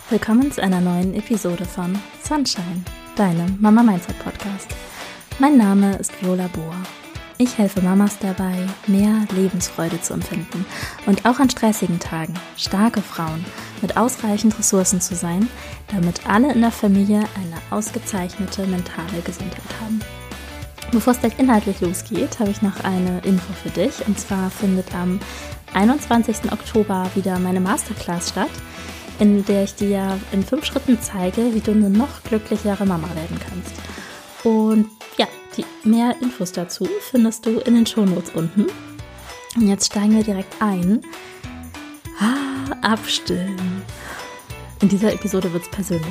Willkommen zu einer neuen Episode von Sunshine, deinem Mama Mindset Podcast. Mein Name ist Viola Bohr. Ich helfe Mamas dabei, mehr Lebensfreude zu empfinden und auch an stressigen Tagen starke Frauen mit ausreichend Ressourcen zu sein, damit alle in der Familie eine ausgezeichnete mentale Gesundheit haben. Bevor es gleich inhaltlich losgeht, habe ich noch eine Info für dich. Und zwar findet am 21. Oktober wieder meine Masterclass statt, in der ich dir in 5 Schritten zeige, wie du eine noch glücklichere Mama werden kannst. Und ja, mehr Infos dazu findest du in den Shownotes unten. Und jetzt steigen wir direkt ein. Abstillen. In dieser Episode wird es persönlich.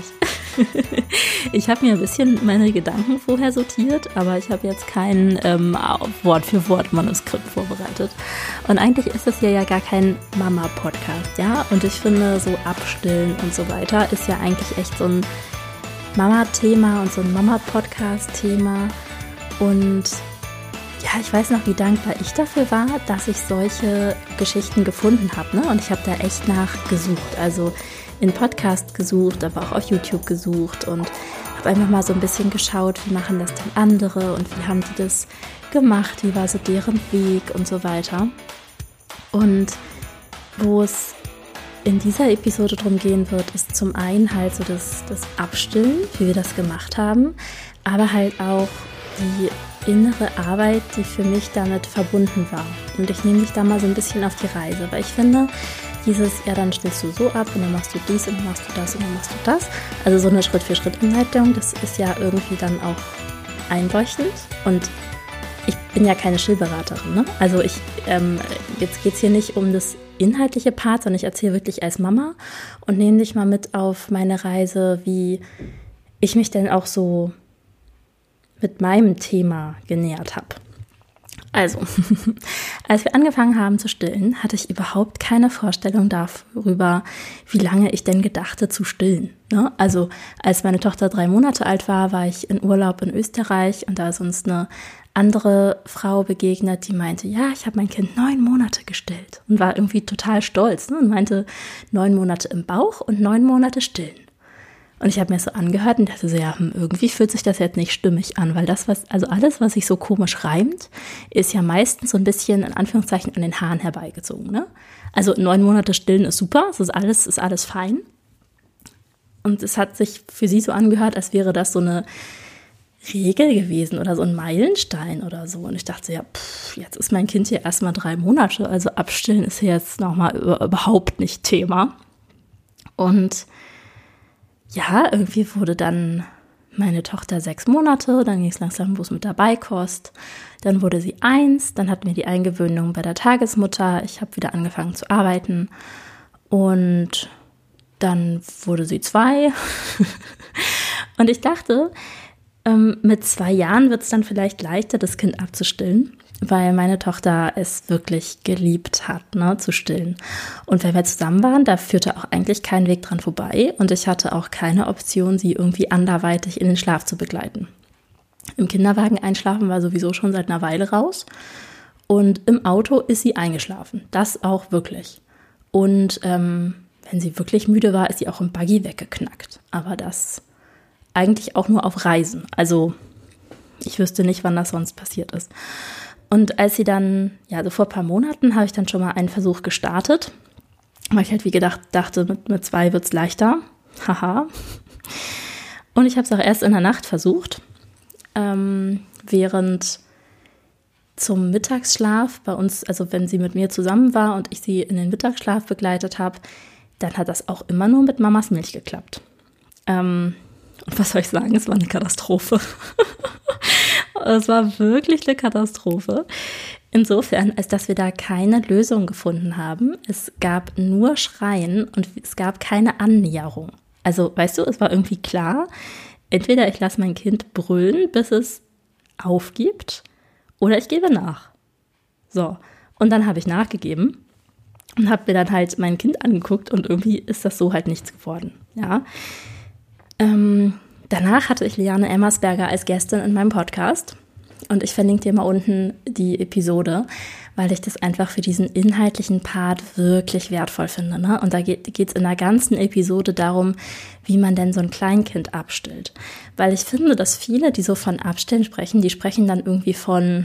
Ich habe mir ein bisschen meine Gedanken vorher sortiert, aber ich habe jetzt kein Wort-für-Wort-Manuskript vorbereitet. Und eigentlich ist das ja gar kein Mama-Podcast, ja? Und ich finde, so Abstillen und so weiter ist ja eigentlich echt so ein Mama-Thema und so ein Mama-Podcast-Thema. Und ja, ich weiß noch, wie dankbar ich dafür war, dass ich solche Geschichten gefunden habe, ne? Und ich habe da echt nachgesucht, also in Podcast gesucht, aber auch auf YouTube gesucht und habe einfach mal so ein bisschen geschaut, wie machen das denn andere und wie haben die das gemacht, wie war so deren Weg und so weiter. Und wo es in dieser Episode drum gehen wird, ist zum einen halt so das Abstillen, wie wir das gemacht haben, aber halt auch die innere Arbeit, die für mich damit verbunden war. Und ich nehme dich da mal so ein bisschen auf die Reise, weil ich finde, dann stillst du so ab und dann machst du dies und dann machst du das und dann machst du das. Also so eine Schritt-für-Schritt-Anleitung, das ist ja irgendwie dann auch einleuchtend. Und ich bin ja keine Stillberaterin, ne? Also jetzt geht es hier nicht um das inhaltliche Part, sondern ich erzähle wirklich als Mama und nehme dich mal mit auf meine Reise, wie ich mich denn auch so mit meinem Thema genähert habe. Also, als wir angefangen haben zu stillen, hatte ich überhaupt keine Vorstellung darüber, wie lange ich denn gedachte zu stillen. Ne? Also, als meine Tochter 3 Monate alt war ich in Urlaub in Österreich und da ist uns eine andere Frau begegnet, die meinte, ja, ich habe mein Kind 9 Monate gestillt und war irgendwie total stolz, ne? Und meinte 9 Monate im Bauch und 9 Monate stillen. Und ich habe mir das so angehört und dachte so, ja, irgendwie fühlt sich das jetzt nicht stimmig an, weil alles, was sich so komisch reimt, ist ja meistens so ein bisschen, in Anführungszeichen, an den Haaren herbeigezogen, ne? Also 9 Monate stillen ist super, es ist alles fein. Und es hat sich für sie so angehört, als wäre das so eine Regel gewesen oder so ein Meilenstein oder so. Und ich dachte, ja, jetzt ist mein Kind hier erstmal 3 Monate, also abstillen ist hier jetzt nochmal überhaupt nicht Thema. Und ja, irgendwie wurde dann meine Tochter 6 Monate, dann ging es langsam los mit der Beikost, dann wurde sie 1, dann hatten wir die Eingewöhnung bei der Tagesmutter, ich habe wieder angefangen zu arbeiten und dann wurde sie 2 und ich dachte, mit 2 Jahren wird es dann vielleicht leichter, das Kind abzustillen, weil meine Tochter es wirklich geliebt hat, ne, zu stillen. Und wenn wir zusammen waren, da führte auch eigentlich kein Weg dran vorbei und ich hatte auch keine Option, sie irgendwie anderweitig in den Schlaf zu begleiten. Im Kinderwagen einschlafen war sowieso schon seit einer Weile raus und im Auto ist sie eingeschlafen, das auch wirklich. Und wenn sie wirklich müde war, ist sie auch im Buggy weggeknackt, aber das eigentlich auch nur auf Reisen, also ich wüsste nicht, wann das sonst passiert ist. Und als sie dann, so vor ein paar Monaten, habe ich dann schon mal einen Versuch gestartet, weil ich halt dachte, mit 2 wird es leichter. Haha. Und ich habe es auch erst in der Nacht versucht, während zum Mittagsschlaf bei uns, also wenn sie mit mir zusammen war und ich sie in den Mittagsschlaf begleitet habe, dann hat das auch immer nur mit Mamas Milch geklappt. Und was soll ich sagen, es war eine Katastrophe. Es war wirklich eine Katastrophe. Insofern, als dass wir da keine Lösung gefunden haben. Es gab nur Schreien und es gab keine Annäherung. Also, weißt du, es war irgendwie klar, entweder ich lasse mein Kind brüllen, bis es aufgibt, oder ich gebe nach. So, und dann habe ich nachgegeben und habe mir dann halt mein Kind angeguckt und irgendwie ist das so halt nichts geworden. Ja. Danach hatte ich Liane Emmersberger als Gästin in meinem Podcast und ich verlinke dir mal unten die Episode, weil ich das einfach für diesen inhaltlichen Part wirklich wertvoll finde. Ne? Und da geht es in der ganzen Episode darum, wie man denn so ein Kleinkind abstillt. Weil ich finde, dass viele, die so von Abstillen sprechen, die sprechen dann irgendwie von...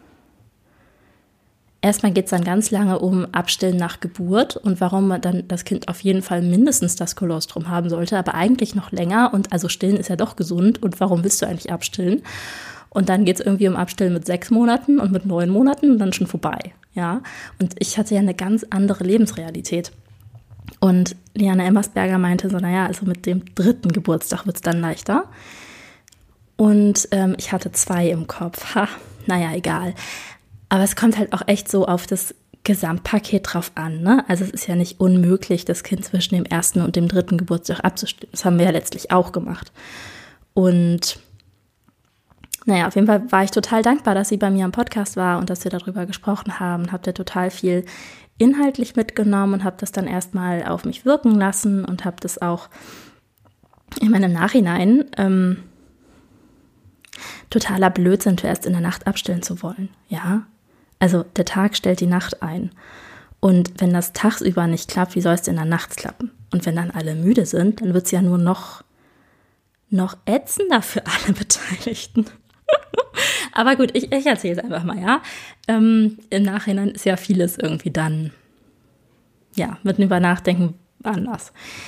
Erstmal geht es dann ganz lange um Abstillen nach Geburt und warum man dann das Kind auf jeden Fall mindestens das Kolostrum haben sollte, aber eigentlich noch länger. Und also Stillen ist ja doch gesund und warum willst du eigentlich abstillen? Und dann geht es irgendwie um Abstillen mit 6 Monaten und mit 9 Monaten und dann schon vorbei. Ja? Und ich hatte ja eine ganz andere Lebensrealität. Und Liane Emmersberger meinte so, naja, also mit dem 3. Geburtstag wird es dann leichter. Und ich hatte 2 im Kopf. Naja, egal. Aber es kommt halt auch echt so auf das Gesamtpaket drauf an. Ne? Also es ist ja nicht unmöglich, das Kind zwischen dem 1. und dem 3. Geburtstag abzustillen. Das haben wir ja letztlich auch gemacht. Und naja, auf jeden Fall war ich total dankbar, dass sie bei mir am Podcast war und dass wir darüber gesprochen haben. Habe da total viel inhaltlich mitgenommen und habe das dann erstmal auf mich wirken lassen und habe das auch in meinem Nachhinein totaler Blödsinn, zuerst in der Nacht abstillen zu wollen. Ja, also der Tag stellt die Nacht ein. Und wenn das tagsüber nicht klappt, wie soll es denn dann nachts klappen? Und wenn dann alle müde sind, dann wird es ja nur noch ätzender für alle Beteiligten. Aber gut, ich erzähle es einfach mal, ja. Im Nachhinein ist ja vieles irgendwie dann, ja, mit über Nachdenken anders.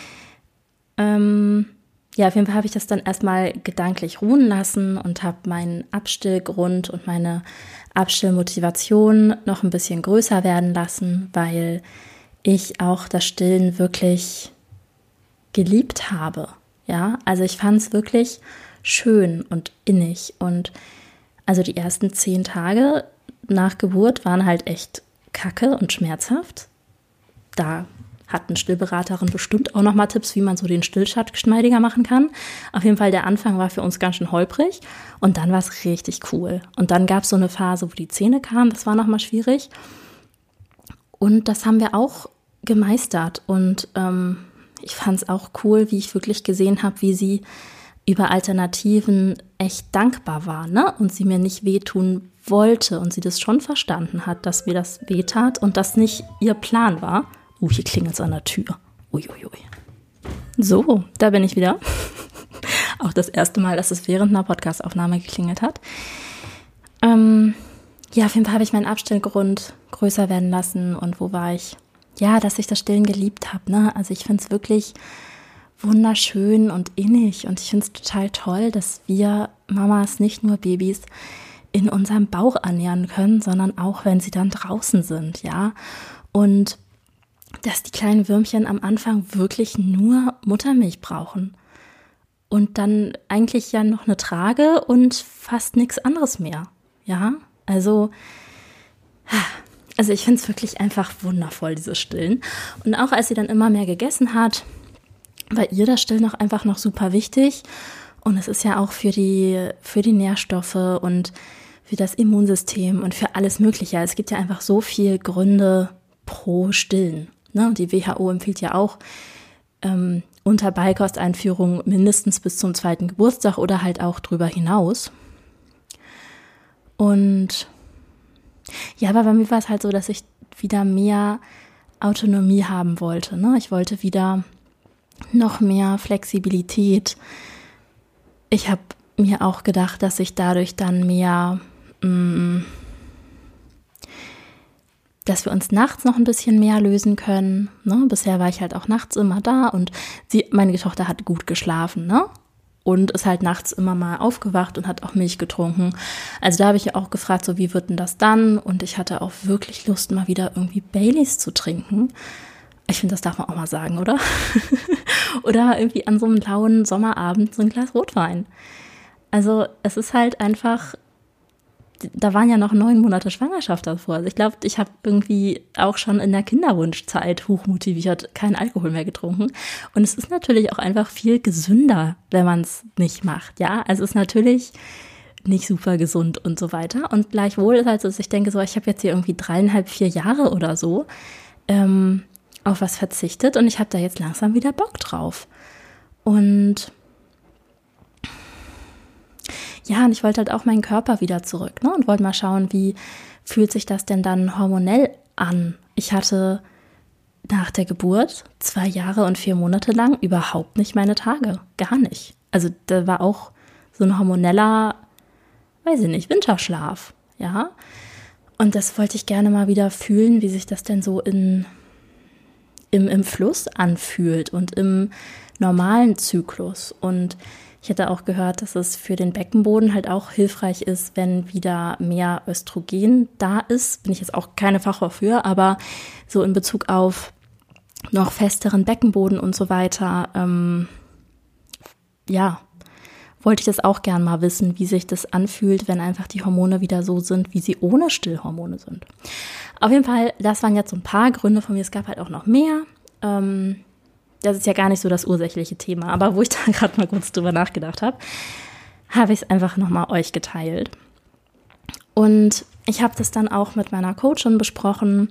Ja, auf jeden Fall habe ich das dann erstmal gedanklich ruhen lassen und habe meinen Abstillgrund und meine Abstillmotivation noch ein bisschen größer werden lassen, weil ich auch das Stillen wirklich geliebt habe. Ja, also ich fand es wirklich schön und innig und also die ersten 10 Tage nach Geburt waren halt echt kacke und schmerzhaft. Da hat eine Stillberaterin bestimmt auch nochmal Tipps, wie man so den Stillstart geschmeidiger machen kann. Auf jeden Fall, der Anfang war für uns ganz schön holprig und dann war es richtig cool. Und dann gab es so eine Phase, wo die Zähne kamen, das war nochmal schwierig. Und das haben wir auch gemeistert und ich fand es auch cool, wie ich wirklich gesehen habe, wie sie über Alternativen echt dankbar war, ne? Und sie mir nicht wehtun wollte und sie das schon verstanden hat, dass mir das wehtat und das nicht ihr Plan war. Hier klingelt es an der Tür. Uiuiui. So, da bin ich wieder. Auch das erste Mal, dass es während einer Podcastaufnahme geklingelt hat. Ja, auf jeden Fall habe ich meinen Abstillgrund größer werden lassen. Und wo war ich? Ja, dass ich das Stillen geliebt habe, ne? Also ich finde es wirklich wunderschön und innig. Und ich finde es total toll, dass wir Mamas, nicht nur Babys, in unserem Bauch ernähren können, sondern auch, wenn sie dann draußen sind, ja. Und dass die kleinen Würmchen am Anfang wirklich nur Muttermilch brauchen. Und dann eigentlich ja noch eine Trage und fast nichts anderes mehr. Ja, also ich finde es wirklich einfach wundervoll, dieses Stillen. Und auch als sie dann immer mehr gegessen hat, war ihr das Stillen auch einfach noch super wichtig. Und es ist ja auch für die Nährstoffe und für das Immunsystem und für alles Mögliche. Es gibt ja einfach so viele Gründe pro Stillen. Ne? Und die WHO empfiehlt ja auch unter Beikosteinführung mindestens bis zum 2. Geburtstag oder halt auch drüber hinaus. Und ja, aber bei mir war es halt so, dass ich wieder mehr Autonomie haben wollte. Ne? Ich wollte wieder noch mehr Flexibilität. Ich habe mir auch gedacht, dass ich dadurch dann mehr, dass wir uns nachts noch ein bisschen mehr lösen können. Ne? Bisher war ich halt auch nachts immer da und meine Tochter hat gut geschlafen, ne? Und ist halt nachts immer mal aufgewacht und hat auch Milch getrunken. Also da habe ich ja auch gefragt, so wie wird denn das dann? Und ich hatte auch wirklich Lust, mal wieder irgendwie Baileys zu trinken. Ich finde, das darf man auch mal sagen, oder? Oder irgendwie an so einem lauen Sommerabend so ein Glas Rotwein. Also es ist halt einfach, da waren ja noch 9 Monate Schwangerschaft davor. Also ich glaube, ich habe irgendwie auch schon in der Kinderwunschzeit hochmotiviert keinen Alkohol mehr getrunken. Und es ist natürlich auch einfach viel gesünder, wenn man es nicht macht. Ja, also es ist natürlich nicht super gesund und so weiter. Und gleichwohl ist halt so, dass ich denke so, ich habe jetzt hier irgendwie 3,5, 4 Jahre oder so auf was verzichtet und ich habe da jetzt langsam wieder Bock drauf. Und ja, und ich wollte halt auch meinen Körper wieder zurück, ne? Und wollte mal schauen, wie fühlt sich das denn dann hormonell an? Ich hatte nach der Geburt 2 Jahre und 4 Monate lang überhaupt nicht meine Tage. Gar nicht. Also da war auch so ein hormoneller, weiß ich nicht, Winterschlaf. Ja. Und das wollte ich gerne mal wieder fühlen, wie sich das denn so im Fluss anfühlt und im normalen Zyklus. Und ich hätte auch gehört, dass es für den Beckenboden halt auch hilfreich ist, wenn wieder mehr Östrogen da ist. Bin ich jetzt auch keine Fachfrau für, aber so in Bezug auf noch festeren Beckenboden und so weiter, wollte ich das auch gern mal wissen, wie sich das anfühlt, wenn einfach die Hormone wieder so sind, wie sie ohne Stillhormone sind. Auf jeden Fall, das waren jetzt so ein paar Gründe von mir. Es gab halt auch noch mehr. Das ist ja gar nicht so das ursächliche Thema, aber wo ich da gerade mal kurz drüber nachgedacht habe, habe ich es einfach nochmal euch geteilt. Und ich habe das dann auch mit meiner Coachin besprochen.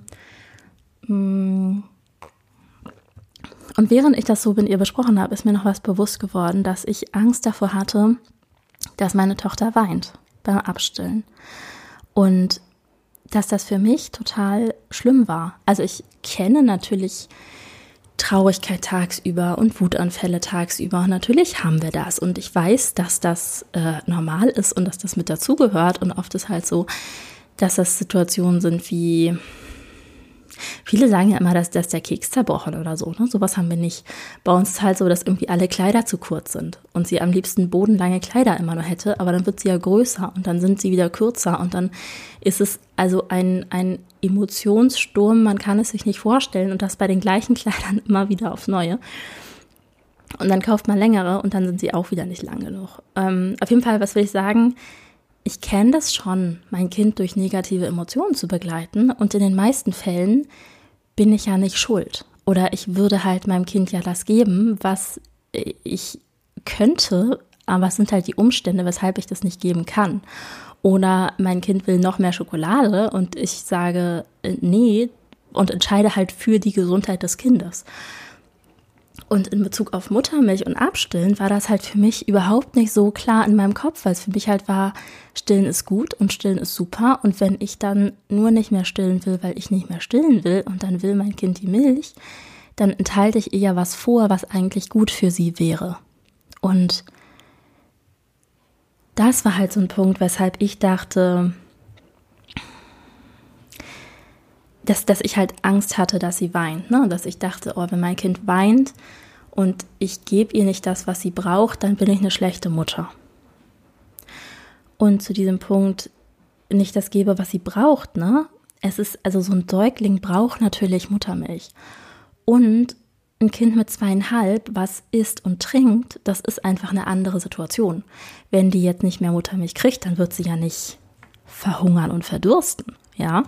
Und während ich das so mit ihr besprochen habe, ist mir noch was bewusst geworden, dass ich Angst davor hatte, dass meine Tochter weint beim Abstillen. Und dass das für mich total schlimm war. Also ich kenne natürlich Traurigkeit tagsüber und Wutanfälle tagsüber. Und natürlich haben wir das. Und ich weiß, dass das normal ist und dass das mit dazugehört. Und oft ist halt so, dass das Situationen sind wie... Viele sagen ja immer, dass der Keks zerbrochen oder so. Ne? Sowas haben wir nicht. Bei uns ist halt so, dass irgendwie alle Kleider zu kurz sind und sie am liebsten bodenlange Kleider immer nur hätte, aber dann wird sie ja größer und dann sind sie wieder kürzer und dann ist es also ein Emotionssturm, man kann es sich nicht vorstellen und das bei den gleichen Kleidern immer wieder aufs Neue. Und dann kauft man längere und dann sind sie auch wieder nicht lang genug. Auf jeden Fall, was will ich sagen? Ich kenne das schon, mein Kind durch negative Emotionen zu begleiten und in den meisten Fällen bin ich ja nicht schuld. Oder ich würde halt meinem Kind ja das geben, was ich könnte, aber es sind halt die Umstände, weshalb ich das nicht geben kann. Oder mein Kind will noch mehr Schokolade und ich sage nee und entscheide halt für die Gesundheit des Kindes. Und in Bezug auf Muttermilch und Abstillen war das halt für mich überhaupt nicht so klar in meinem Kopf, weil es für mich halt war, Stillen ist gut und Stillen ist super. Und wenn ich dann nur nicht mehr stillen will, weil ich nicht mehr stillen will und dann will mein Kind die Milch, dann enthalte ich ihr ja was vor, was eigentlich gut für sie wäre. Und das war halt so ein Punkt, weshalb ich dachte, dass ich halt Angst hatte, dass sie weint, ne? Dass ich dachte, oh, wenn mein Kind weint und ich gebe ihr nicht das, was sie braucht, dann bin ich eine schlechte Mutter. Und zu diesem Punkt nicht das gebe, was sie braucht, ne? Es ist, also so ein Säugling braucht natürlich Muttermilch. Und ein Kind mit 2,5, was isst und trinkt, das ist einfach eine andere Situation. Wenn die jetzt nicht mehr Muttermilch kriegt, dann wird sie ja nicht verhungern und verdursten, ja?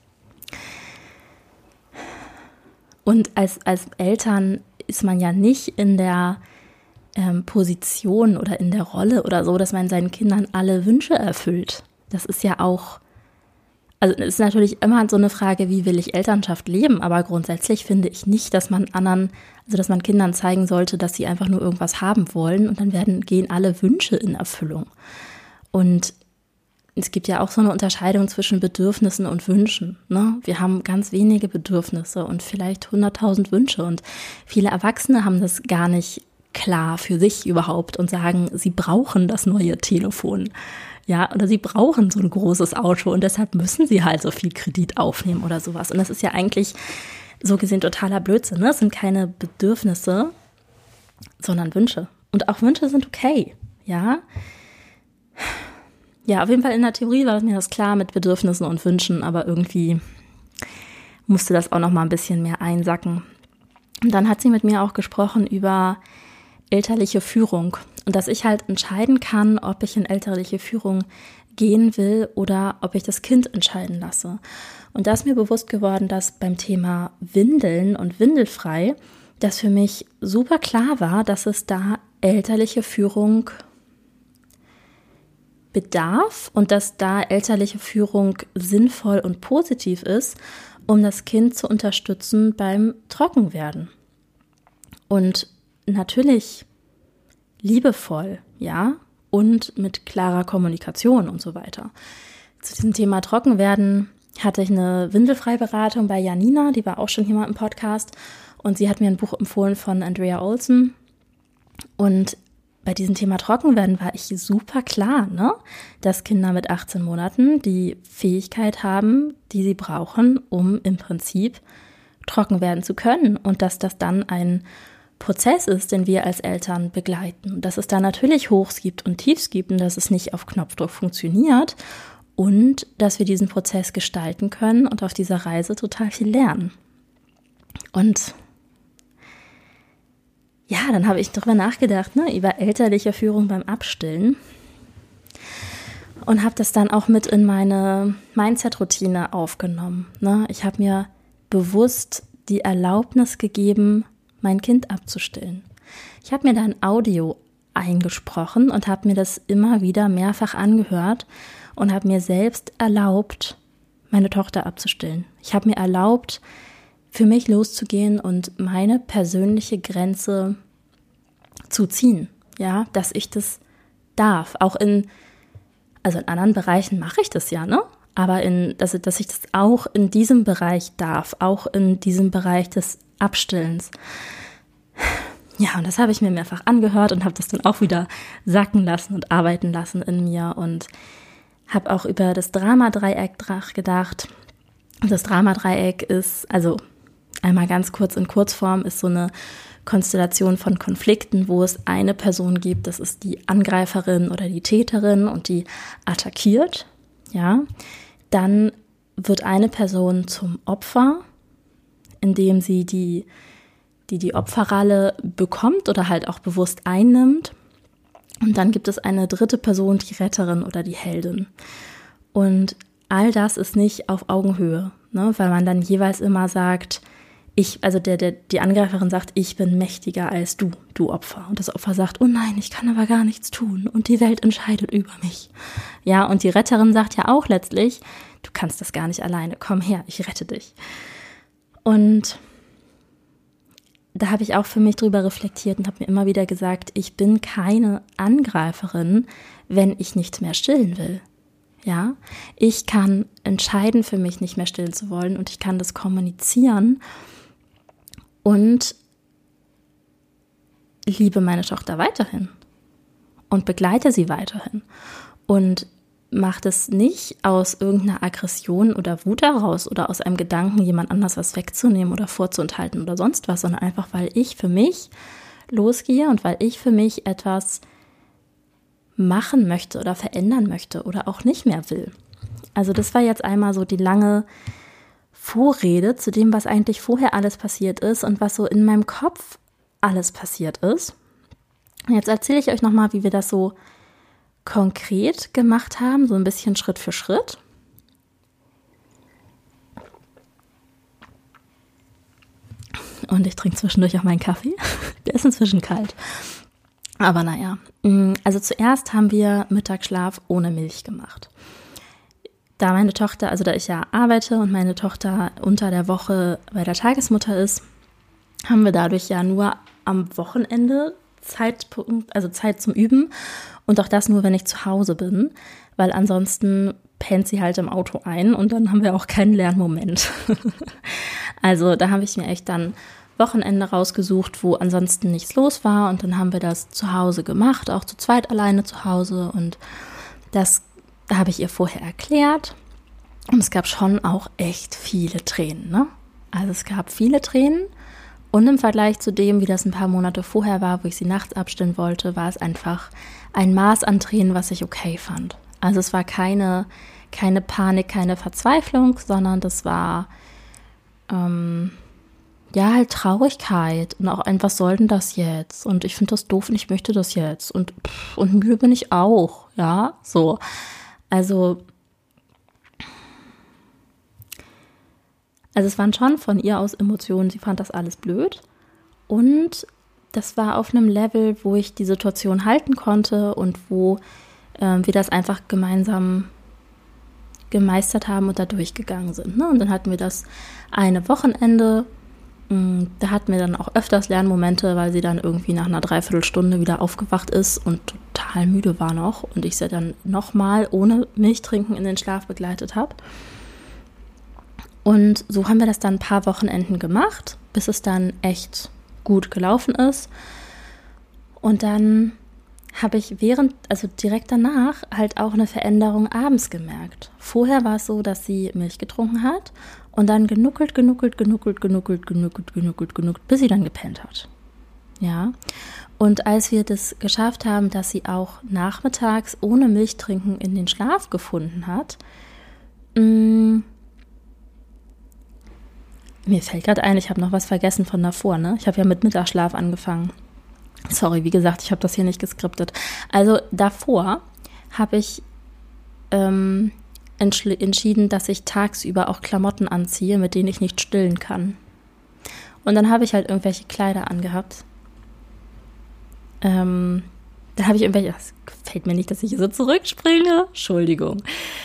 Und als Eltern ist man ja nicht in der Position oder in der Rolle oder so, dass man seinen Kindern alle Wünsche erfüllt. Das ist ja auch, also es ist natürlich immer so eine Frage, wie will ich Elternschaft leben, aber grundsätzlich finde ich nicht, dass man dass man Kindern zeigen sollte, dass sie einfach nur irgendwas haben wollen und dann gehen alle Wünsche in Erfüllung. Und es gibt ja auch so eine Unterscheidung zwischen Bedürfnissen und Wünschen, ne? Wir haben ganz wenige Bedürfnisse und vielleicht 100.000 Wünsche und viele Erwachsene haben das gar nicht klar für sich überhaupt und sagen, sie brauchen das neue Telefon, ja, oder sie brauchen so ein großes Auto und deshalb müssen sie halt so viel Kredit aufnehmen oder sowas. Und das ist ja eigentlich so gesehen totaler Blödsinn, ne? Es sind keine Bedürfnisse, sondern Wünsche. Und auch Wünsche sind okay, ja. Ja, auf jeden Fall in der Theorie war mir das klar mit Bedürfnissen und Wünschen, aber irgendwie musste das auch noch mal ein bisschen mehr einsacken. Und dann hat sie mit mir auch gesprochen über elterliche Führung und dass ich halt entscheiden kann, ob ich in elterliche Führung gehen will oder ob ich das Kind entscheiden lasse. Und da ist mir bewusst geworden, dass beim Thema Windeln und windelfrei, das für mich super klar war, dass es da elterliche Führung bedarf und dass da elterliche Führung sinnvoll und positiv ist, um das Kind zu unterstützen beim Trockenwerden. Und natürlich liebevoll, ja, und mit klarer Kommunikation und so weiter. Zu diesem Thema Trockenwerden hatte ich eine Windelfrei-Beratung bei Janina, die war auch schon hier mal im Podcast. Und sie hat mir ein Buch empfohlen von Andrea Olson. Und bei diesem Thema Trockenwerden war ich super klar, ne? Dass Kinder mit 18 Monaten die Fähigkeit haben, die sie brauchen, um im Prinzip trocken werden zu können. Und dass das dann ein Prozess ist, den wir als Eltern begleiten. Dass es da natürlich Hochs gibt und Tiefs gibt und dass es nicht auf Knopfdruck funktioniert. Und dass wir diesen Prozess gestalten können und auf dieser Reise total viel lernen. Und ja, dann habe ich darüber nachgedacht, ne, über elterliche Führung beim Abstillen und habe das dann auch mit in meine Mindset-Routine aufgenommen. Ne? Ich habe mir bewusst die Erlaubnis gegeben, mein Kind abzustillen. Ich habe mir da ein Audio eingesprochen und habe mir das immer wieder mehrfach angehört und habe mir selbst erlaubt, meine Tochter abzustillen. Ich habe mir erlaubt, für mich loszugehen und meine persönliche Grenze zu ziehen, ja, dass ich das darf. Auch in anderen Bereichen mache ich das ja, ne? Aber dass ich das auch in diesem Bereich darf, auch in diesem Bereich des Abstillens. Ja, und das habe ich mir mehrfach angehört und habe das dann auch wieder sacken lassen und arbeiten lassen in mir und habe auch über das Dramadreieck gedacht. Das Dramadreieck ist, also einmal ganz kurz in Kurzform, ist so eine Konstellation von Konflikten, wo es eine Person gibt, das ist die Angreiferin oder die Täterin und die attackiert, ja. Dann wird eine Person zum Opfer, indem sie die Opferrolle bekommt oder halt auch bewusst einnimmt. Und dann gibt es eine dritte Person, die Retterin oder die Heldin. Und all das ist nicht auf Augenhöhe, ne, weil man dann jeweils immer sagt, die Angreiferin sagt, ich bin mächtiger als du Opfer. Und das Opfer sagt, oh nein, ich kann aber gar nichts tun und die Welt entscheidet über mich. Ja, und die Retterin sagt ja auch letztlich, du kannst das gar nicht alleine, komm her, ich rette dich. Und da habe ich auch für mich drüber reflektiert und habe mir immer wieder gesagt, ich bin keine Angreiferin, wenn ich nicht mehr stillen will. Ja, ich kann entscheiden für mich, nicht mehr stillen zu wollen und ich kann das kommunizieren und liebe meine Tochter weiterhin und begleite sie weiterhin und mache das nicht aus irgendeiner Aggression oder Wut heraus oder aus einem Gedanken, jemand anders was wegzunehmen oder vorzuenthalten oder sonst was, sondern einfach, weil ich für mich losgehe und weil ich für mich etwas machen möchte oder verändern möchte oder auch nicht mehr will. Also das war jetzt einmal so die lange Vorrede zu dem, was eigentlich vorher alles passiert ist und was so in meinem Kopf alles passiert ist. Jetzt erzähle ich euch nochmal, wie wir das so konkret gemacht haben, so ein bisschen Schritt für Schritt. Und ich trinke zwischendurch auch meinen Kaffee. Der ist inzwischen kalt. Aber naja, also zuerst haben wir Mittagsschlaf ohne Milch gemacht. Da meine Tochter, also da ich ja arbeite und meine Tochter unter der Woche bei der Tagesmutter ist, haben wir dadurch ja nur am Wochenende Zeit zum Üben und auch das nur, wenn ich zu Hause bin, weil ansonsten pennt sie halt im Auto ein und dann haben wir auch keinen Lernmoment. Also da habe ich mir echt dann Wochenende rausgesucht, wo ansonsten nichts los war und dann haben wir das zu Hause gemacht, auch zu zweit alleine zu Hause und das habe ich ihr vorher erklärt und es gab schon auch echt viele Tränen, ne? Also es gab viele Tränen und im Vergleich zu dem, wie das ein paar Monate vorher war, wo ich sie nachts abstillen wollte, war es einfach ein Maß an Tränen, was ich okay fand. Also es war keine Panik, keine Verzweiflung, sondern das war halt Traurigkeit und auch ein, was soll denn das jetzt? Und ich finde das doof und ich möchte das jetzt. Und müde bin ich auch, ja, so. Also es waren schon von ihr aus Emotionen, sie fand das alles blöd. Und das war auf einem Level, wo ich die Situation halten konnte und wo wir das einfach gemeinsam gemeistert haben und da durchgegangen sind. Ne? Und dann hatten wir das eine Wochenende. Da hatten wir dann auch öfters Lernmomente, weil sie dann irgendwie nach einer Dreiviertelstunde wieder aufgewacht ist und total müde war noch und ich sie dann nochmal ohne Milch trinken in den Schlaf begleitet habe. Und so haben wir das dann ein paar Wochenenden gemacht, bis es dann echt gut gelaufen ist. Und dann habe ich direkt danach halt auch eine Veränderung abends gemerkt. Vorher war es so, dass sie Milch getrunken hat und dann genuckelt, bis sie dann gepennt hat. Ja. Und als wir das geschafft haben, dass sie auch nachmittags ohne Milch trinken in den Schlaf gefunden hat, mir fällt gerade ein, ich habe noch was vergessen von davor, ne? Ich habe ja mit Mittagsschlaf angefangen. Sorry, wie gesagt, ich habe das hier nicht geskriptet. Also davor habe ich entschieden, dass ich tagsüber auch Klamotten anziehe, mit denen ich nicht stillen kann. Und dann habe ich halt irgendwelche Kleider angehabt. Dann habe ich irgendwelche, das gefällt mir nicht, dass ich hier so zurückspringe. Entschuldigung.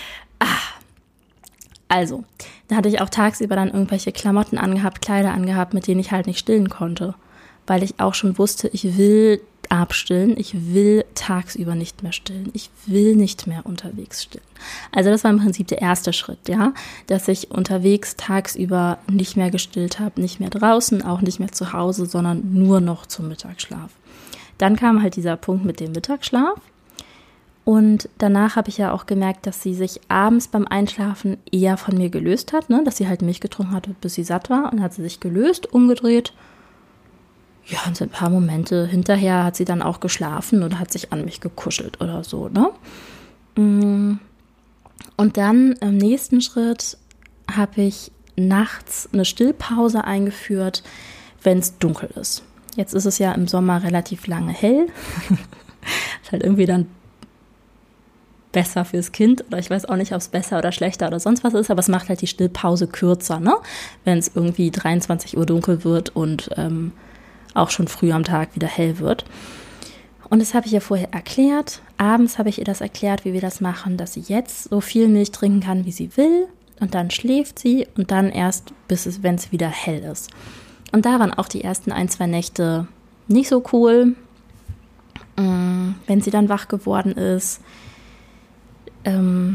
Also, da hatte ich auch tagsüber dann irgendwelche Klamotten angehabt, Kleider angehabt, mit denen ich halt nicht stillen konnte. Weil ich auch schon wusste, ich will abstillen, ich will tagsüber nicht mehr stillen, ich will nicht mehr unterwegs stillen. Also das war im Prinzip der erste Schritt, ja, dass ich unterwegs tagsüber nicht mehr gestillt habe, nicht mehr draußen, auch nicht mehr zu Hause, sondern nur noch zum Mittagsschlaf. Dann kam halt dieser Punkt mit dem Mittagsschlaf und danach habe ich ja auch gemerkt, dass sie sich abends beim Einschlafen eher von mir gelöst hat, ne, dass sie halt Milch getrunken hat, bis sie satt war und hat sie sich gelöst, umgedreht. Ja, und so ein paar Momente hinterher hat sie dann auch geschlafen oder hat sich an mich gekuschelt oder so, ne? Und dann im nächsten Schritt habe ich nachts eine Stillpause eingeführt, wenn es dunkel ist. Jetzt ist es ja im Sommer relativ lange hell. Ist halt irgendwie dann besser fürs Kind oder ich weiß auch nicht, ob es besser oder schlechter oder sonst was ist, aber es macht halt die Stillpause kürzer, ne? Wenn es irgendwie 23 Uhr dunkel wird und auch schon früh am Tag wieder hell wird. Und das habe ich ihr vorher erklärt. Abends habe ich ihr das erklärt, wie wir das machen, dass sie jetzt so viel Milch trinken kann, wie sie will. Und dann schläft sie und dann erst, wenn es wieder hell ist. Und da waren auch die ersten 1-2 Nächte nicht so cool. Wenn sie dann wach geworden ist, habe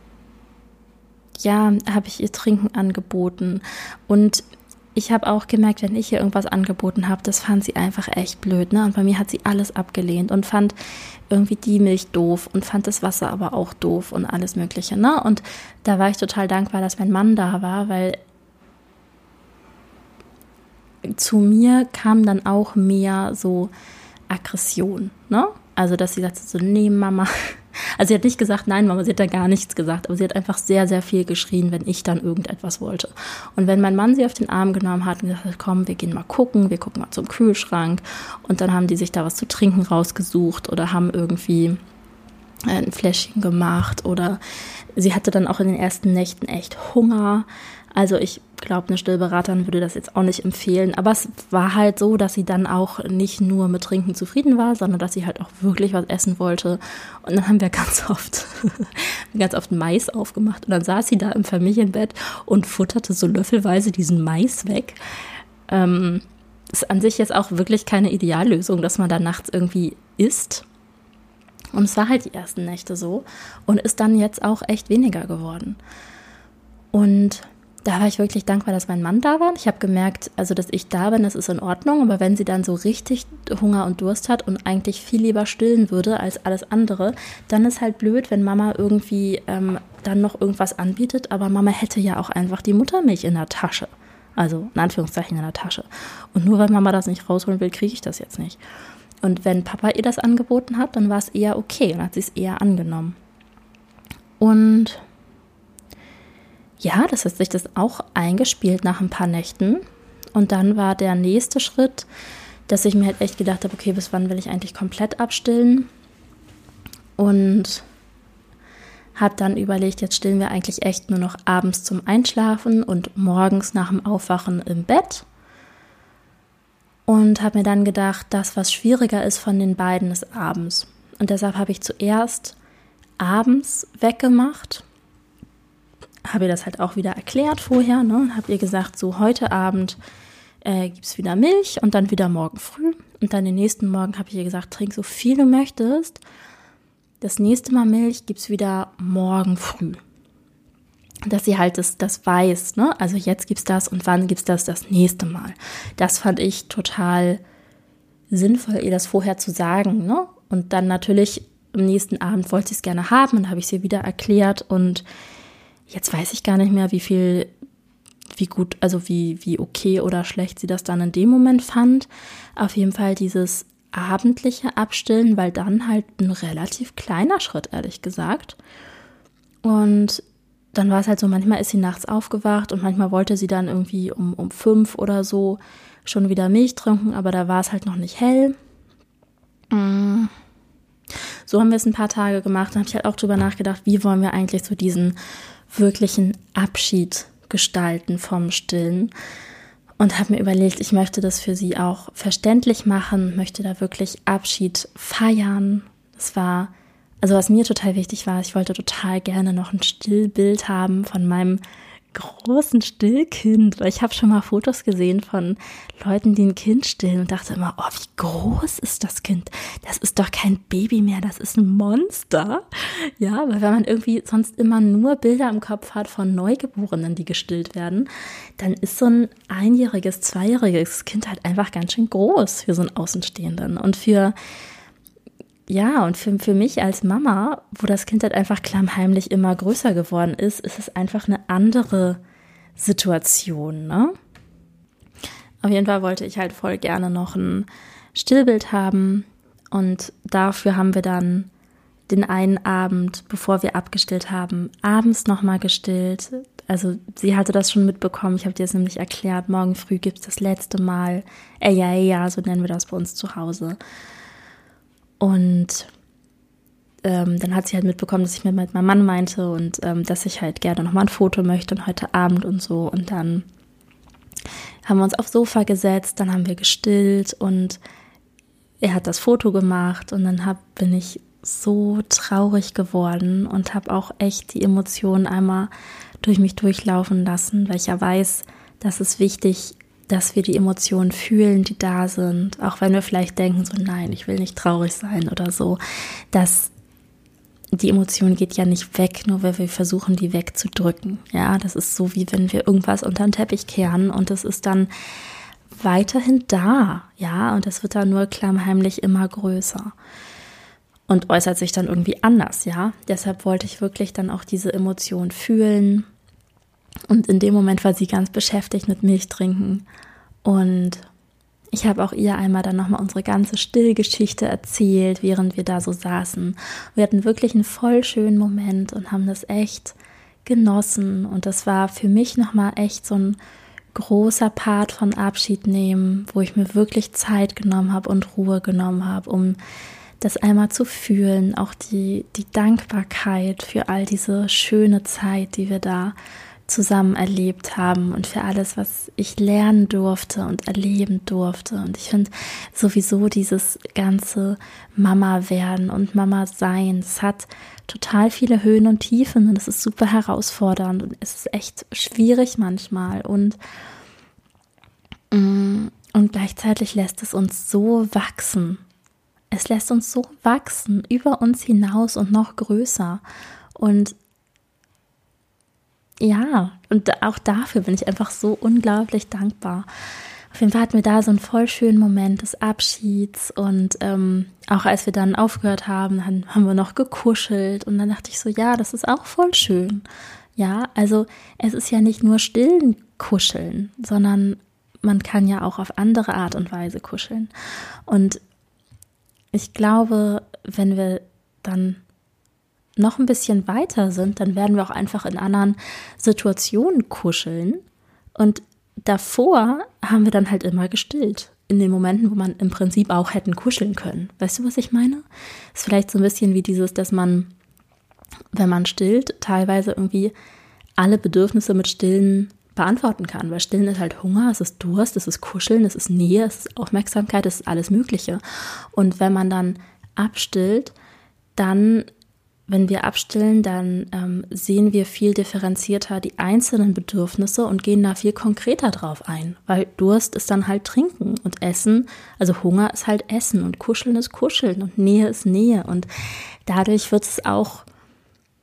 ich ihr Trinken angeboten. Und ich habe auch gemerkt, wenn ich ihr irgendwas angeboten habe, das fand sie einfach echt blöd, ne? Und bei mir hat sie alles abgelehnt und fand irgendwie die Milch doof und fand das Wasser aber auch doof und alles Mögliche, ne? Und da war ich total dankbar, dass mein Mann da war, weil zu mir kam dann auch mehr so Aggression, ne? Also, dass sie sagte so, nee, Mama. Also sie hat nicht gesagt, nein, Mama, sie hat da gar nichts gesagt, aber sie hat einfach sehr, sehr viel geschrien, wenn ich dann irgendetwas wollte. Und wenn mein Mann sie auf den Arm genommen hat und gesagt hat, komm, wir gehen mal gucken, wir gucken mal zum Kühlschrank und dann haben die sich da was zu trinken rausgesucht oder haben irgendwie ein Fläschchen gemacht oder sie hatte dann auch in den ersten Nächten echt Hunger. Also ich glaube, eine Stillberaterin würde das jetzt auch nicht empfehlen, aber es war halt so, dass sie dann auch nicht nur mit Trinken zufrieden war, sondern dass sie halt auch wirklich was essen wollte. Und dann haben wir ganz oft Mais aufgemacht und dann saß sie da im Familienbett und futterte so löffelweise diesen Mais weg. Ist an sich jetzt auch wirklich keine Ideallösung, dass man da nachts irgendwie isst. Und es war halt die ersten Nächte so und ist dann jetzt auch echt weniger geworden. Und da war ich wirklich dankbar, dass mein Mann da war. Ich habe gemerkt, also dass ich da bin, das ist in Ordnung. Aber wenn sie dann so richtig Hunger und Durst hat und eigentlich viel lieber stillen würde als alles andere, dann ist halt blöd, wenn Mama irgendwie dann noch irgendwas anbietet. Aber Mama hätte ja auch einfach die Muttermilch in der Tasche. Also in Anführungszeichen in der Tasche. Und nur weil Mama das nicht rausholen will, kriege ich das jetzt nicht. Und wenn Papa ihr das angeboten hat, dann war es eher okay und hat sie es eher angenommen. Und ja, das hat sich das auch eingespielt nach ein paar Nächten. Und dann war der nächste Schritt, dass ich mir halt echt gedacht habe, okay, bis wann will ich eigentlich komplett abstillen? Und habe dann überlegt, jetzt stillen wir eigentlich echt nur noch abends zum Einschlafen und morgens nach dem Aufwachen im Bett. Und habe mir dann gedacht, das, was schwieriger ist von den beiden, ist abends. Und deshalb habe ich zuerst abends weggemacht. Habe ihr das halt auch wieder erklärt vorher, ne? Und habe ihr gesagt, so heute Abend gibt es wieder Milch und dann wieder morgen früh. Und dann den nächsten Morgen habe ich ihr gesagt, trink so viel du möchtest. Das nächste Mal Milch gibt es wieder morgen früh. dass sie halt das weiß, ne? Also jetzt gibt's das und wann gibt's das nächste Mal. Das fand ich total sinnvoll, ihr das vorher zu sagen, ne? Und dann natürlich am nächsten Abend wollte sie es gerne haben und habe ich sie wieder erklärt und jetzt weiß ich gar nicht mehr, wie gut, also wie okay oder schlecht sie das dann in dem Moment fand. Auf jeden Fall dieses abendliche Abstillen, weil dann halt ein relativ kleiner Schritt, ehrlich gesagt. Und dann war es halt so, manchmal ist sie nachts aufgewacht und manchmal wollte sie dann irgendwie um 5 oder so schon wieder Milch trinken, aber da war es halt noch nicht hell. So haben wir es ein paar Tage gemacht. Dann habe ich halt auch drüber nachgedacht, wie wollen wir eigentlich so diesen wirklichen Abschied gestalten vom Stillen. Und habe mir überlegt, ich möchte das für sie auch verständlich machen, möchte da wirklich Abschied feiern. Das war, also was mir total wichtig war, ich wollte total gerne noch ein Stillbild haben von meinem großen Stillkind, weil ich habe schon mal Fotos gesehen von Leuten, die ein Kind stillen und dachte immer, oh, wie groß ist das Kind? Das ist doch kein Baby mehr, das ist ein Monster. Ja, weil wenn man irgendwie sonst immer nur Bilder im Kopf hat von Neugeborenen, die gestillt werden, dann ist so ein 1-jähriges, 2-jähriges Kind halt einfach ganz schön groß für so einen Außenstehenden. Und für mich als Mama, wo das Kind halt einfach klammheimlich immer größer geworden ist, ist es einfach eine andere Situation, ne? Auf jeden Fall wollte ich halt voll gerne noch ein Stillbild haben und dafür haben wir dann den einen Abend, bevor wir abgestillt haben, abends nochmal gestillt. Also sie hatte das schon mitbekommen, ich habe dir das nämlich erklärt, morgen früh gibt es das letzte Mal, so nennen wir das bei uns zu Hause. Und dann hat sie halt mitbekommen, dass ich mit meinem Mann meinte und dass ich halt gerne nochmal ein Foto möchte und heute Abend und so. Und dann haben wir uns aufs Sofa gesetzt, dann haben wir gestillt und er hat das Foto gemacht und dann bin ich so traurig geworden und habe auch echt die Emotionen einmal durch mich durchlaufen lassen, weil ich ja weiß, dass es wichtig ist, dass wir die Emotionen fühlen, die da sind, auch wenn wir vielleicht denken, so nein, ich will nicht traurig sein oder so, dass die Emotion geht ja nicht weg, nur weil wir versuchen, die wegzudrücken. Ja, das ist so, wie wenn wir irgendwas unter den Teppich kehren und es ist dann weiterhin da, ja, und es wird dann nur klammheimlich immer größer und äußert sich dann irgendwie anders, ja. Deshalb wollte ich wirklich dann auch diese Emotion fühlen. Und in dem Moment war sie ganz beschäftigt mit Milch trinken. Und ich habe auch ihr einmal dann nochmal unsere ganze Stillgeschichte erzählt, während wir da so saßen. Wir hatten wirklich einen voll schönen Moment und haben das echt genossen. Und das war für mich nochmal echt so ein großer Part von Abschied nehmen, wo ich mir wirklich Zeit genommen habe und Ruhe genommen habe, um das einmal zu fühlen. Auch die Dankbarkeit für all diese schöne Zeit, die wir da zusammen erlebt haben und für alles, was ich lernen durfte und erleben durfte. Und ich finde sowieso dieses ganze Mama-Werden und Mama-Sein, es hat total viele Höhen und Tiefen und es ist super herausfordernd und es ist echt schwierig manchmal und gleichzeitig lässt es uns so wachsen. Es lässt uns so wachsen, über uns hinaus und noch größer. Und ja, und auch dafür bin ich einfach so unglaublich dankbar. Auf jeden Fall hatten wir da so einen voll schönen Moment des Abschieds und auch als wir dann aufgehört haben, haben wir noch gekuschelt und dann dachte ich so, ja, das ist auch voll schön. Ja, also es ist ja nicht nur stillen kuscheln, sondern man kann ja auch auf andere Art und Weise kuscheln. Und ich glaube, wenn wir dann noch ein bisschen weiter sind, dann werden wir auch einfach in anderen Situationen kuscheln. Und davor haben wir dann halt immer gestillt. In den Momenten, wo man im Prinzip auch hätten kuscheln können. Weißt du, was ich meine? Ist vielleicht so ein bisschen wie dieses, dass man, wenn man stillt, teilweise irgendwie alle Bedürfnisse mit Stillen beantworten kann. Weil Stillen ist halt Hunger, es ist Durst, es ist Kuscheln, es ist Nähe, es ist Aufmerksamkeit, es ist alles Mögliche. Und wenn man dann abstillt, wenn wir abstillen, dann sehen wir viel differenzierter die einzelnen Bedürfnisse und gehen da viel konkreter drauf ein. Weil Durst ist dann halt Trinken und Essen, also Hunger ist halt Essen und Kuscheln ist Kuscheln und Nähe ist Nähe. Und dadurch wird es auch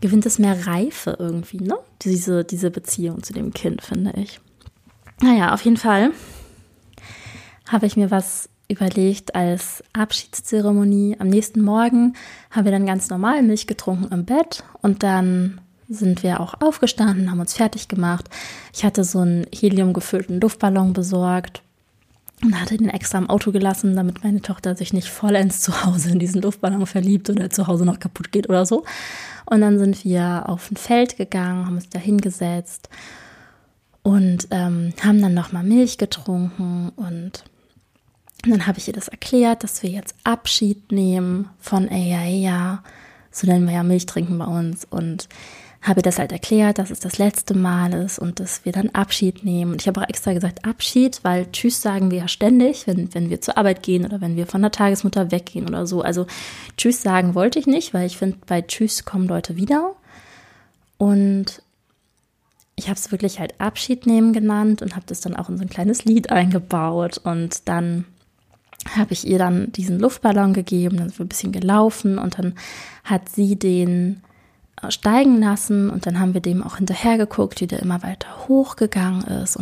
gewinnt es mehr Reife irgendwie, ne? Diese Beziehung zu dem Kind, finde ich. Naja, auf jeden Fall habe ich mir was überlegt als Abschiedszeremonie. Am nächsten Morgen haben wir dann ganz normal Milch getrunken im Bett und dann sind wir auch aufgestanden, haben uns fertig gemacht. Ich hatte so einen heliumgefüllten Luftballon besorgt und hatte den extra im Auto gelassen, damit meine Tochter sich nicht vollends zu Hause in diesen Luftballon verliebt oder zu Hause noch kaputt geht oder so. Und dann sind wir auf ein Feld gegangen, haben uns da hingesetzt und haben dann nochmal Milch getrunken und dann habe ich ihr das erklärt, dass wir jetzt Abschied nehmen von Eia, so nennen wir ja Milch trinken bei uns, und habe ihr das halt erklärt, dass es das letzte Mal ist und dass wir dann Abschied nehmen. Und ich habe auch extra gesagt Abschied, weil Tschüss sagen wir ja ständig, wenn wir zur Arbeit gehen oder wenn wir von der Tagesmutter weggehen oder so. Also Tschüss sagen wollte ich nicht, weil ich finde, bei Tschüss kommen Leute wieder. Und ich habe es wirklich halt Abschied nehmen genannt und habe das dann auch in so ein kleines Lied eingebaut. Und dann habe ich ihr dann diesen Luftballon gegeben, dann sind wir ein bisschen gelaufen und dann hat sie den steigen lassen und dann haben wir dem auch hinterher geguckt, wie der immer weiter hochgegangen ist.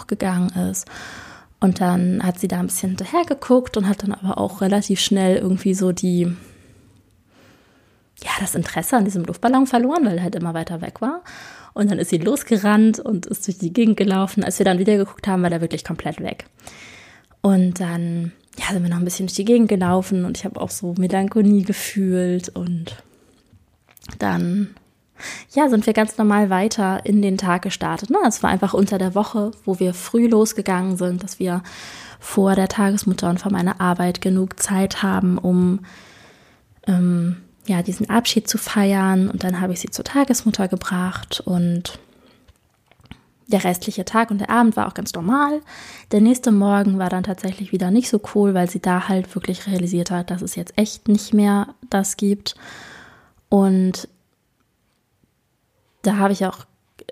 Und dann hat sie da ein bisschen hinterher geguckt und hat dann aber auch relativ schnell irgendwie so das Interesse an diesem Luftballon verloren, weil er halt immer weiter weg war. Und dann ist sie losgerannt und ist durch die Gegend gelaufen. Als wir dann wieder geguckt haben, war der wirklich komplett weg. Und dann sind wir noch ein bisschen durch die Gegend gelaufen und ich habe auch so Melancholie gefühlt und dann sind wir ganz normal weiter in den Tag gestartet. Es war einfach unter der Woche, wo wir früh losgegangen sind, dass wir vor der Tagesmutter und vor meiner Arbeit genug Zeit haben, um diesen Abschied zu feiern. Und dann habe ich sie zur Tagesmutter gebracht und der restliche Tag und der Abend war auch ganz normal. Der nächste Morgen war dann tatsächlich wieder nicht so cool, weil sie da halt wirklich realisiert hat, dass es jetzt echt nicht mehr das gibt. Und da habe ich auch,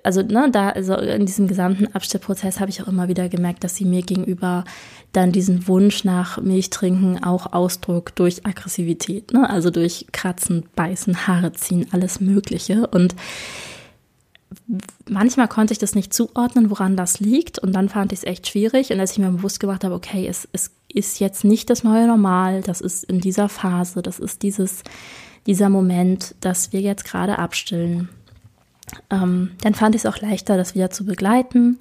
in diesem gesamten Abstillprozess habe ich auch immer wieder gemerkt, dass sie mir gegenüber dann diesen Wunsch nach Milchtrinken auch ausdrückt durch Aggressivität, also durch Kratzen, Beißen, Haare ziehen, alles Mögliche. Und manchmal konnte ich das nicht zuordnen, woran das liegt, und dann fand ich es echt schwierig. Und als ich mir bewusst gemacht habe, okay, es ist jetzt nicht das neue Normal, das ist in dieser Phase, das ist dieser Moment, dass wir jetzt gerade abstillen, dann fand ich es auch leichter, das wieder zu begleiten.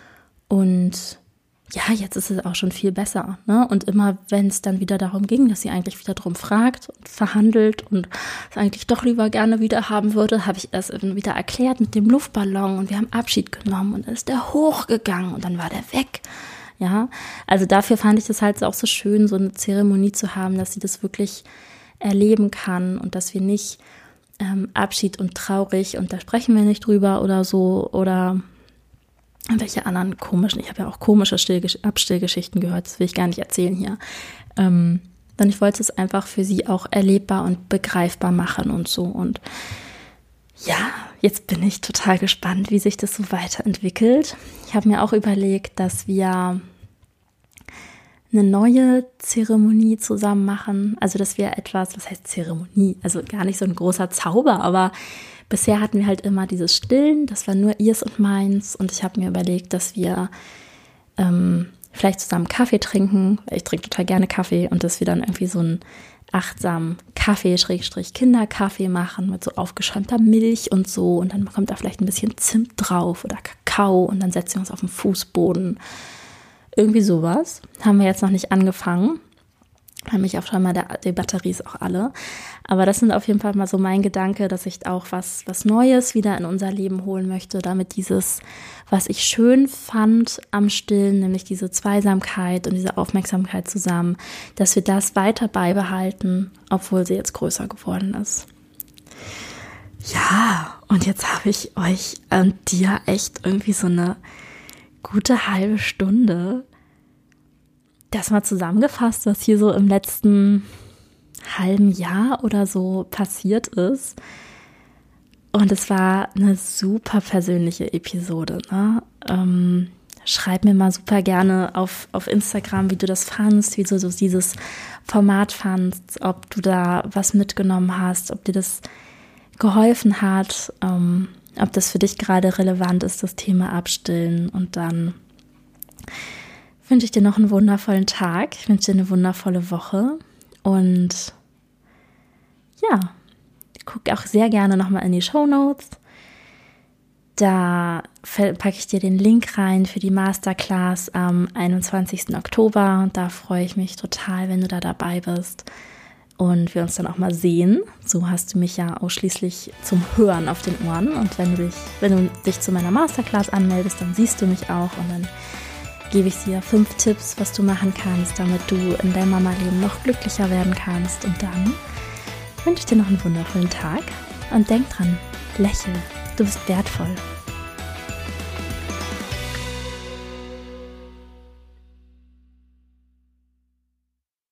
Und jetzt ist es auch schon viel besser, Und immer, wenn es dann wieder darum ging, dass sie eigentlich wieder drum fragt und verhandelt und es eigentlich doch lieber gerne wieder haben würde, habe ich es wieder erklärt mit dem Luftballon und wir haben Abschied genommen und dann ist der hochgegangen und dann war der weg. Ja, also dafür fand ich das halt auch so schön, so eine Zeremonie zu haben, dass sie das wirklich erleben kann und dass wir nicht Abschied und traurig und da sprechen wir nicht drüber oder so oder welche anderen komischen, ich habe ja auch komische Abstillgeschichten gehört, das will ich gar nicht erzählen hier. Denn ich wollte es einfach für sie auch erlebbar und begreifbar machen und so. Und jetzt bin ich total gespannt, wie sich das so weiterentwickelt. Ich habe mir auch überlegt, dass wir eine neue Zeremonie zusammen machen. Also, dass wir etwas, was heißt Zeremonie? Also gar nicht so ein großer Zauber, aber bisher hatten wir halt immer dieses Stillen, das war nur ihrs und meins. Und ich habe mir überlegt, dass wir vielleicht zusammen Kaffee trinken, weil ich trinke total gerne Kaffee, und dass wir dann irgendwie so einen achtsamen Kaffee-Kinderkaffee machen mit so aufgeschäumter Milch und so. Und dann kommt da vielleicht ein bisschen Zimt drauf oder Kakao und dann setzen wir uns auf den Fußboden. Irgendwie sowas. Haben wir jetzt noch nicht angefangen. Haben mich auch schon mal, die Batterie ist auch alle. Aber das sind auf jeden Fall mal so mein Gedanke, dass ich auch was Neues wieder in unser Leben holen möchte, damit dieses, was ich schön fand am Stillen, nämlich diese Zweisamkeit und diese Aufmerksamkeit zusammen, dass wir das weiter beibehalten, obwohl sie jetzt größer geworden ist. Ja, und jetzt habe ich euch und dir echt irgendwie so eine gute halbe Stunde das mal zusammengefasst, was hier so im letzten halben Jahr oder so passiert ist. Und es war eine super persönliche Episode. Schreib mir mal super gerne auf Instagram, wie du das fandst, wie du so dieses Format fandst, ob du da was mitgenommen hast, ob dir das geholfen hat, ob das für dich gerade relevant ist, das Thema Abstillen. Und dann wünsche ich dir noch einen wundervollen Tag. Ich wünsche dir eine wundervolle Woche. Und ja, guck auch sehr gerne nochmal in die Shownotes. Da packe ich dir den Link rein für die Masterclass am 21. Oktober. Und da freue ich mich total, wenn du da dabei bist und wir uns dann auch mal sehen. So hast du mich ja ausschließlich zum Hören auf den Ohren. Und wenn du dich zu meiner Masterclass anmeldest, dann siehst du mich auch. Und dann gebe ich dir 5 Tipps, was du machen kannst, damit du in deinem Mama-Leben noch glücklicher werden kannst. Und dann wünsche ich dir noch einen wundervollen Tag und denk dran, lächel, du bist wertvoll.